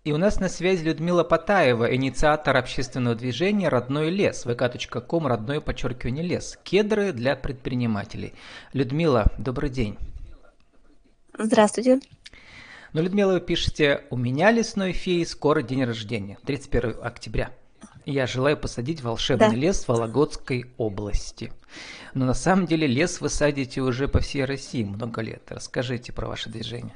И у нас на связи Людмила Потаева, инициатор общественного движения «Родной лес», vk.com, _лес. Кедры для предпринимателей. Людмила, добрый день. Здравствуйте. Ну, Людмила, вы пишете: «У меня, лесной феи, скоро день рождения, 31 октября. Я желаю посадить волшебный Да. лес в Вологодской области». Но на самом деле лес вы садите уже по всей России много лет. Расскажите про ваше движение.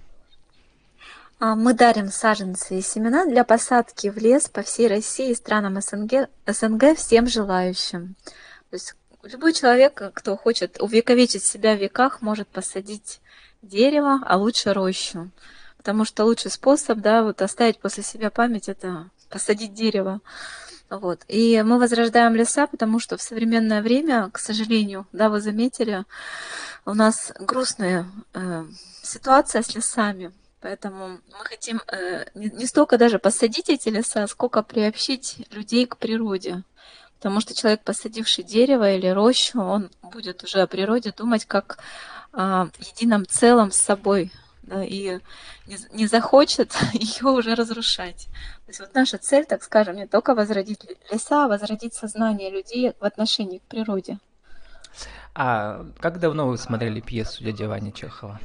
Мы дарим саженцы и семена для посадки в лес по всей России и странам СНГ всем желающим. То есть любой человек, кто хочет увековечить себя в веках, может посадить дерево, а лучше рощу. Потому что лучший способ, да, вот оставить после себя память — это посадить дерево. Вот. И мы возрождаем леса, потому что в современное время, к сожалению, да, вы заметили, у нас грустная ситуация с лесами. Поэтому мы хотим не столько даже посадить эти леса, сколько приобщить людей к природе. Потому что человек, посадивший дерево или рощу, он будет уже о природе думать как о едином целом с собой, да, и не захочет ее уже разрушать. То есть вот наша цель, так скажем, не только возродить леса, а возродить сознание людей в отношении к природе. А как давно вы смотрели пьесу «Дядя Ваня» Чехова?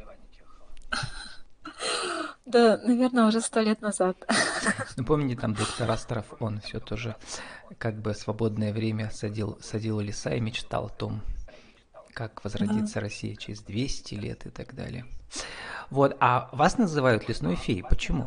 Да, наверное, уже 100 лет назад. Ну, помните, там доктор Астров, он все тоже как бы свободное время садил леса и мечтал о том, как Да. возродится Россия через 200 лет и так далее. Вот, а вас называют лесной феей. Почему?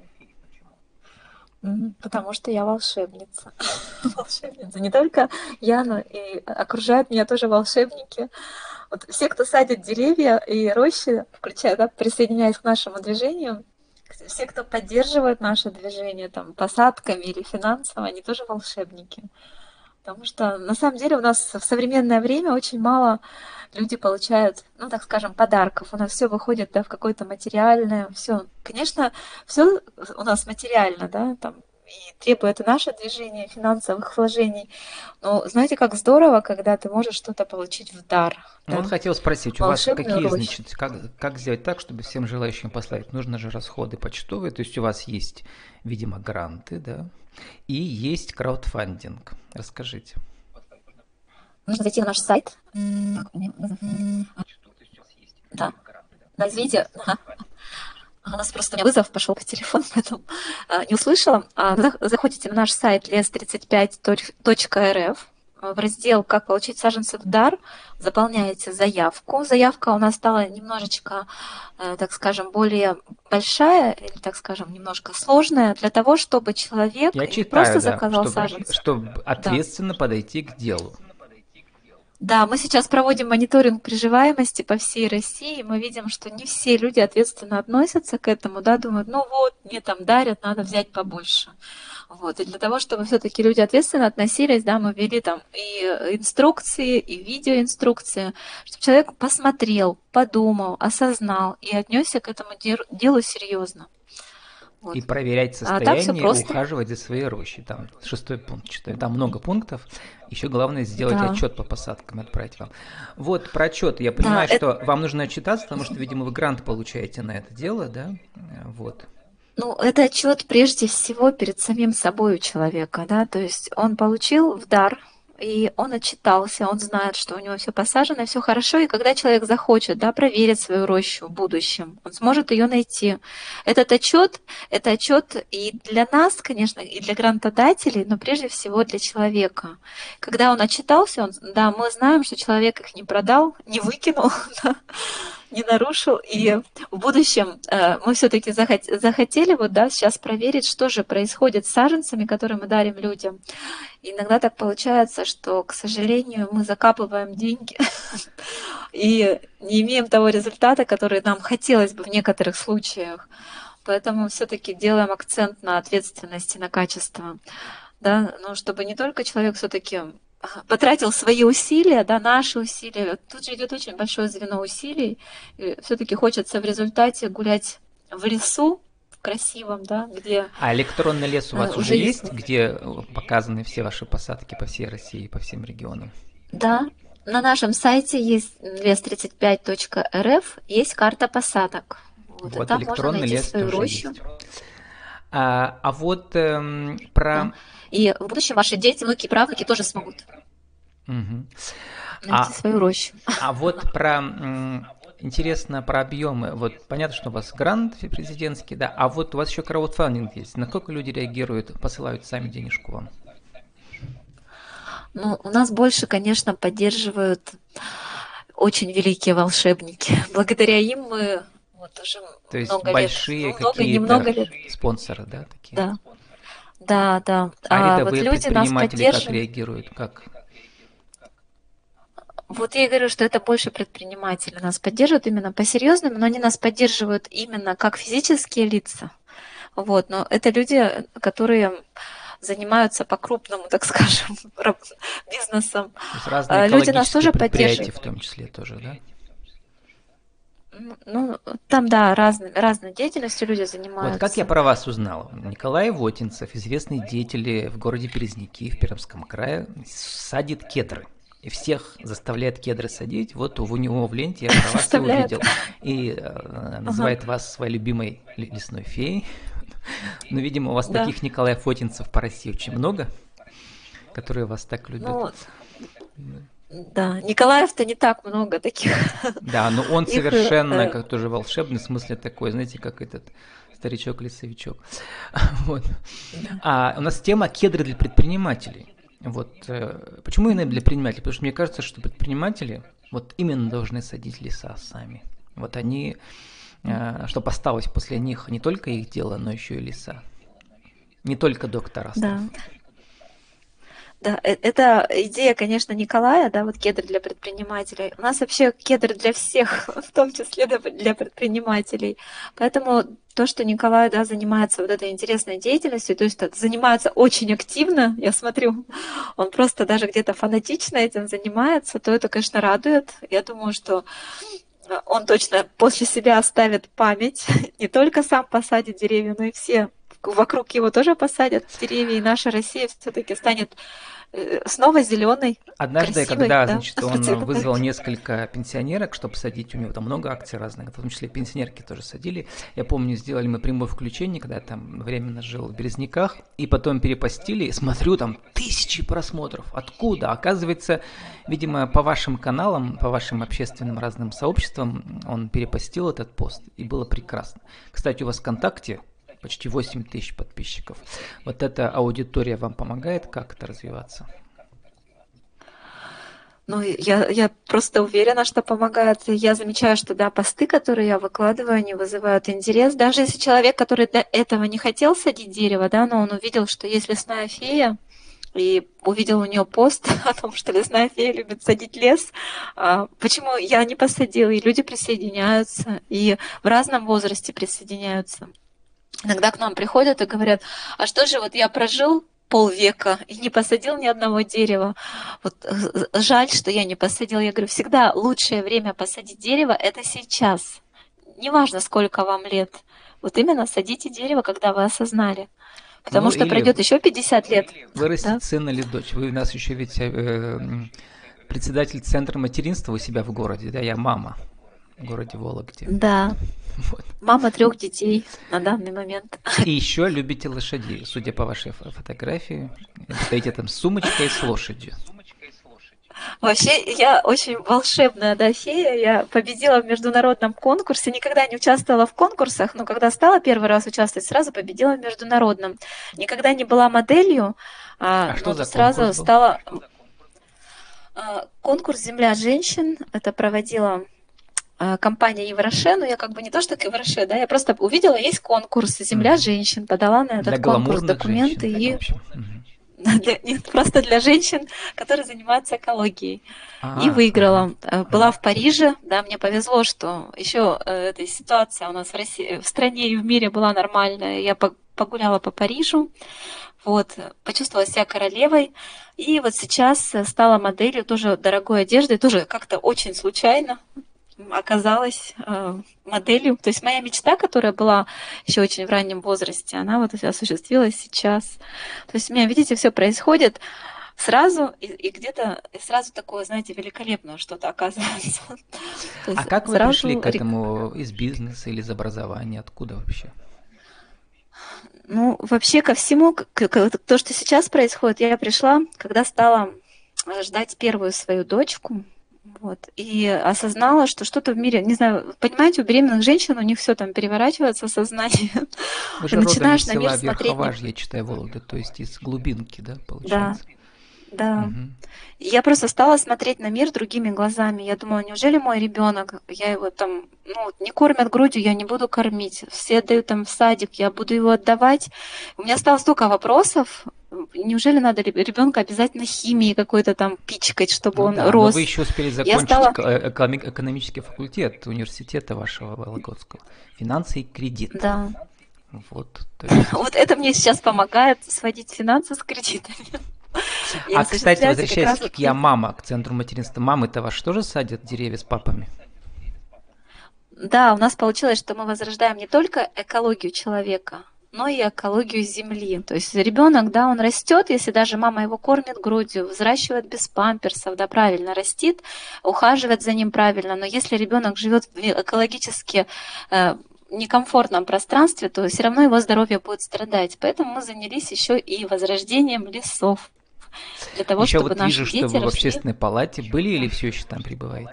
Потому что я волшебница. Волшебница. Не только я, но и окружают меня тоже волшебники. Вот все, кто садит деревья и рощи, включая, да, присоединяясь к нашему движению, все, кто поддерживает наше движение там, посадками или финансово, они тоже волшебники. Потому что на самом деле у нас в современное время очень мало люди получают, ну так скажем, подарков. У нас все выходит, да, в какое-то материальное, все. Конечно, все у нас материально, да, там, и требует и наше движение финансовых вложений. Но знаете, как здорово, когда ты можешь что-то получить в дар, Ну вот да, хотел спросить, у вас волшебную какие, рощу. значит, как сделать так, чтобы всем желающим послать? Нужно же расходы почтовые, то есть у вас есть, видимо, гранты, да, и есть краудфандинг. Расскажите. Нужно зайти на наш сайт. Да, да, извините, ага. У нас просто у меня вызов пошел по телефону, поэтому не услышала. Заходите на наш сайт les35.rf, в раздел «Как получить саженцы в дар», заполняете заявку. Заявка у нас стала немножечко, так скажем, более большая, или, так скажем, немножко сложная, для того, чтобы человек Я не читаю, просто да, заказал чтобы, саженцы. чтобы Да. ответственно подойти к делу. Да, мы сейчас проводим мониторинг приживаемости по всей России. Мы видим, что не все люди ответственно относятся к этому, да, думают, ну вот, мне там дарят, надо взять побольше. Вот. И для того, чтобы все-таки люди ответственно относились, да, мы ввели там и инструкции, и видеоинструкции, чтобы человек посмотрел, подумал, осознал и отнесся к этому делу серьезно. И Вот. проверять А так все состояние, просто. ухаживать за своей рощей. Там шестой пункт читаю. Там много пунктов. Еще главное сделать Да, отчет по посадкам и отправить вам. Вот про отчет. Я да, понимаю, что вам нужно отчитаться, потому что, видимо, вы грант получаете на это дело, да? Вот. ну, это отчет прежде всего перед самим собой у человека, да, то есть он получил в дар, и он отчитался, он знает, что у него все посажено, все хорошо, и когда человек захочет, да, проверить свою рощу в будущем, он сможет ее найти. Этот отчет, это отчет и для нас, конечно, и для грантодателей, но прежде всего для человека. Когда он отчитался, он, да, мы знаем, что человек их не продал, не выкинул, да, не нарушил. И в будущем мы все-таки захотели вот, да, сейчас проверить, что же происходит с саженцами, которые мы дарим людям. И иногда так получается, что, к сожалению, мы закапываем деньги и не имеем того результата, который нам хотелось бы в некоторых случаях. Поэтому все-таки делаем акцент на ответственности, на качество, да, ну, чтобы не только человек все-таки потратил свои усилия, да, наши усилия. Тут же идет очень большое звено усилий. Все-таки хочется в результате гулять в лесу, в красивом, да, где А электронный лес у вас уже уже есть. есть, где показаны все ваши посадки по всей России, по всем регионам? Да, на нашем сайте есть les35.rf, есть карта посадок. Вот, и Вот там можно электронный найти лес свою тоже рощу. есть. А вот Да. про... И в будущем ваши дети, внуки и правнуки тоже смогут Мгм. найти А, свою рощу. а вот про... Интересно про объемы. Вот понятно, что у вас грант президентский, да, а вот у вас еще краудфандинг есть. Насколько люди реагируют, посылают сами денежку вам? Ну, у нас больше, конечно, поддерживают очень великие волшебники. Благодаря им мы вот уже То есть много лет, большие ну, много, немного какие-то лет, спонсоры, да, такие? да, да, да. А А вот рядовые люди нас предприниматели как поддерживают. реагируют? Как? Вот я и говорю, что это больше предприниматели нас поддерживают именно по-серьезному, но они нас поддерживают именно как физические лица. Вот, но это люди, которые занимаются по-крупному, так скажем, бизнесом. То есть разные Люди нас экологические тоже предприятия поддерживают. в том числе тоже, да? Ну, там, да, разной деятельностью люди Вот как я занимаются. про вас узнал? Николай Вотинцев, известный деятель в городе Березники в Пермском крае, садит кедры. И всех заставляет кедры садить. Вот у него в ленте я про вас и Заставляют. увидел. И Ага, называет вас своей любимой лесной феей. Но, видимо, у вас да. таких Николаев Вотинцев по России очень много, которые вас так любят. Ну, да. Николаев-то не так много таких. Да, но он Их, совершенно как тоже волшебный, в смысле такой, знаете, как этот старичок-лесовичок. Вот. да. А у нас тема кедры для предпринимателей. Вот почему именно для предпринимателей? Потому что мне кажется, что предприниматели вот именно должны садить леса сами. Вот они, чтобы осталось после них не только их дело, но еще и леса. Не только доктор Астров. Да. Да, это идея, конечно, Николая, да, вот кедр для предпринимателей. У нас вообще кедр для всех, в том числе для предпринимателей. Поэтому то, что Николай, да, занимается вот этой интересной деятельностью, то есть занимается очень активно, я смотрю, он просто даже где-то фанатично этим занимается, то это, конечно, радует. Я думаю, что он точно после себя оставит память, не только сам посадит деревья, но и все вокруг его тоже посадят деревья, и наша Россия все-таки станет снова зеленой, Однажды, красивой, когда, да, значит, он вызвал процветающей. несколько пенсионерок, чтобы садить, у него там много акций разных, в том числе пенсионерки тоже садили. Я помню, сделали мы прямое включение, когда я там временно жил в Березниках, и потом перепостили, и смотрю, там тысячи просмотров. Откуда? Оказывается, видимо, по вашим каналам, по вашим общественным разным сообществам он перепостил этот пост, и было прекрасно. Кстати, у вас ВКонтакте почти 8 тысяч подписчиков. Вот эта аудитория вам помогает как-то развиваться? Ну, я просто уверена, что помогает. Я замечаю, что, да, посты, которые я выкладываю, они вызывают интерес. Даже если человек, который до этого не хотел садить дерево, да, но он увидел, что есть лесная фея, и увидел у нее пост о том, что лесная фея любит садить лес. Почему я не посадила? И люди присоединяются, и в разном возрасте присоединяются. Иногда к нам приходят и говорят, а что же вот я прожил полвека и не посадил ни одного дерева. Вот жаль, что я не посадил. Я говорю, всегда лучшее время посадить дерево – это сейчас. Неважно, сколько вам лет. Вот именно садите дерево, когда вы осознали. Потому Ну, что или пройдет еще 50 лет. вырастет Да? сын или дочь. Вы у нас еще ведь председатель центра материнства у себя в городе, да, я мама в городе Вологде. Да. Вот. Мама 3 детей на данный момент. И еще любите лошадей, судя по вашей фотографии. Стоите там с сумочкой с лошадью. Вообще, я очень волшебная, да, фея. Я победила в международном конкурсе. Никогда не участвовала в конкурсах, но когда стала первый раз участвовать, сразу победила в международном. Никогда не была моделью, А что но за тут конкурс сразу был? стала конкурс «Земля женщин». Это проводила компания Евроше, но я как бы не то, что к Евроше, да, я просто увидела, есть конкурс «Земля Мгм. женщин», подала на Для этот конкурс гламурных женщин, документы в и общем. Мгм. нет, просто для женщин, которые занимаются экологией. И Ага. выиграла. Была в Париже, да, мне повезло, что еще эта ситуация у нас в России, в стране и в мире была нормальная. Я погуляла по Парижу, вот, почувствовала себя королевой. И вот сейчас стала моделью тоже дорогой одежды, тоже как-то очень случайно оказалась моделью. То есть моя мечта, которая была еще очень в раннем возрасте, она вот осуществилась сейчас. То есть у меня, видите, все происходит сразу, и где-то и сразу такое, знаете, великолепное что-то оказывается. То А есть как вы пришли сразу... к этому из бизнеса или из образования? Откуда вообще? Ну, вообще ко всему, то, что сейчас происходит, я пришла, когда стала ждать первую свою дочку, вот, и осознала, что что-то в мире, не знаю, понимаете, у беременных женщин у них все там переворачивается сознание. Вы Ты же родом начинаешь из на мир села смотреть не... Верховаж, я читаю, Вологда, то есть из глубинки, да, Да, получается? да. Мгм. И я просто стала смотреть на мир другими глазами. Я думаю, неужели мой ребенок, я его там, ну, вот не кормят грудью, я не буду кормить. Все отдают там в садик, я буду его отдавать. У меня стало столько вопросов. Неужели надо ребенка обязательно химией какой-то там пичкать, чтобы Ну он да, но вы рос? еще успели Я закончить стала, экономический факультет университета вашего Вологодского. Финансы и кредит. да, Вот, то есть... вот это мне сейчас помогает сводить финансы с кредитами и А, кстати, осуществлять как возвращаясь раз к вот «Я мама», к центру материнства, мамы-то ваши тоже садят деревья с папами? да, у нас получилось, что мы возрождаем не только экологию человека, но и экологию Земли. То есть ребенок, да, он растет, если даже мама его кормит грудью, взращивает без памперсов, да, правильно растит, ухаживает за ним правильно. Но если ребенок живет в экологически некомфортном пространстве, то все равно его здоровье будет страдать. Поэтому мы занялись еще и возрождением лесов для того, Еще чтобы вот вижу, наши что дети вы в росли. общественной палате были или все еще там пребываете?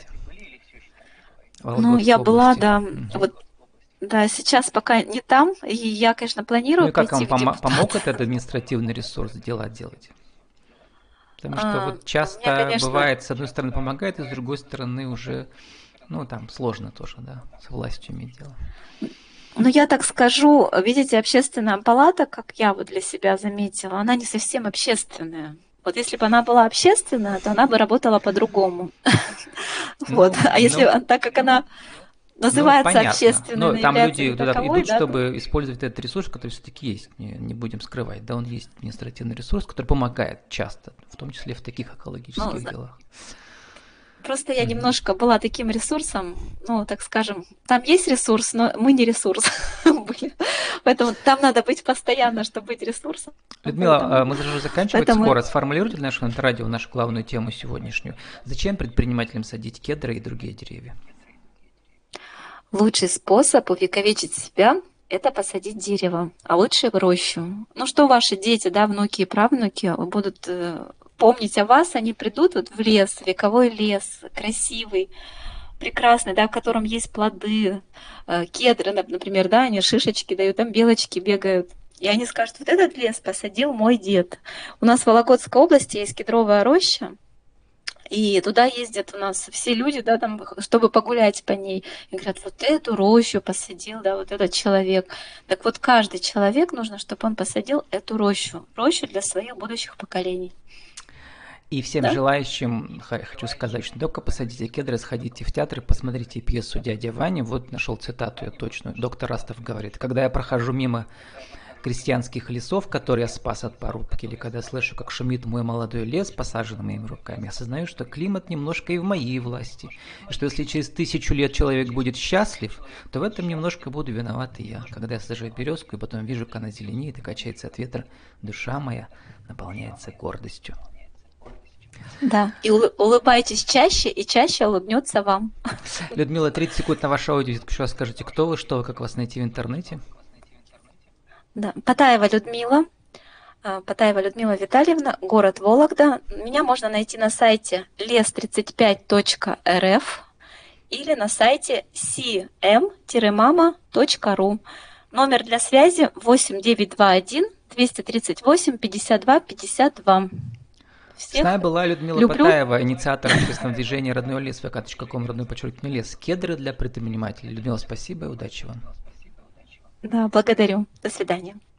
В Ну, я Вологодской была, области. да, Мгм. вот. Да, сейчас пока не там, и я, конечно, Ну планирую и как пойти вам в помог депутаты. этот административный ресурс дела делать? Потому что вот У меня, часто конечно, бывает, с одной стороны помогает, и с другой стороны уже, ну там сложно тоже, да, с властью иметь дело. ну, я так скажу, видите, общественная палата, как я вот для себя заметила, она не совсем общественная. Вот если бы она была общественная, то она бы работала по-другому. Вот. Ну, А если так как она ну, называется понятно. общественной, Но но там является люди не туда таковой, идут, да, то... чтобы использовать этот ресурс, который все-таки есть, не будем скрывать. Да, он есть административный ресурс, который помогает часто, в том числе в таких Ну, экологических делах. просто я Мгм. немножко была таким ресурсом, ну, так скажем, там есть ресурс, но мы не ресурс были. Поэтому там надо быть постоянно, чтобы быть ресурсом. Людмила, Поэтому, мы должны уже заканчивать поэтому скоро. Сформулируйте для нашего радио нашу главную тему сегодняшнюю. Зачем предпринимателям садить кедры и другие деревья? лучший способ увековечить себя – это посадить дерево, а лучше рощу. Ну что ваши дети, да, внуки и правнуки будут помнить о вас, они придут вот в лес, вековой лес, красивый, прекрасный, да, в котором есть плоды, кедры, например, да, они шишечки дают, там белочки бегают. И они скажут, вот этот лес посадил мой дед. У нас в Вологодской области есть кедровая роща, и туда ездят у нас все люди, да, там, чтобы погулять по ней. И говорят, вот эту рощу посадил, да, вот этот человек. Так вот, каждый человек нужно, чтобы он посадил эту рощу для своих будущих поколений. И всем Да? желающим хочу сказать, что только посадите кедры, сходите в театр и посмотрите пьесу «Дядя Ваня». Вот нашел цитату я точную. Доктор Растов говорит: «Когда я прохожу мимо крестьянских лесов, которые я спас от порубки, или когда слышу, как шумит мой молодой лес, посаженный моими руками, осознаю, что климат немножко и в моей власти, и что если через 1000 лет человек будет счастлив, то в этом немножко буду виноват и я. Когда я сажаю березку и потом вижу, как она зеленеет и качается от ветра, душа моя наполняется гордостью». Да. И улыбайтесь чаще, и чаще улыбнется вам. Людмила, 30 секунд на вашу аудиовизитку. Еще раз скажите, кто вы, что вы, как вас найти в интернете? Да. Потаева Людмила Витальевна, город Вологда. Меня можно найти на сайте les35.rf или на сайте cm-mama.ru. Номер для связи 8921 238 52 52. С нами Всех была Людмила люблю. Потаева, инициатор общественного движения «Родной лес», vk.com, _лес. Кедры для предпринимателей. Людмила, спасибо и удачи вам. Да, благодарю. До свидания.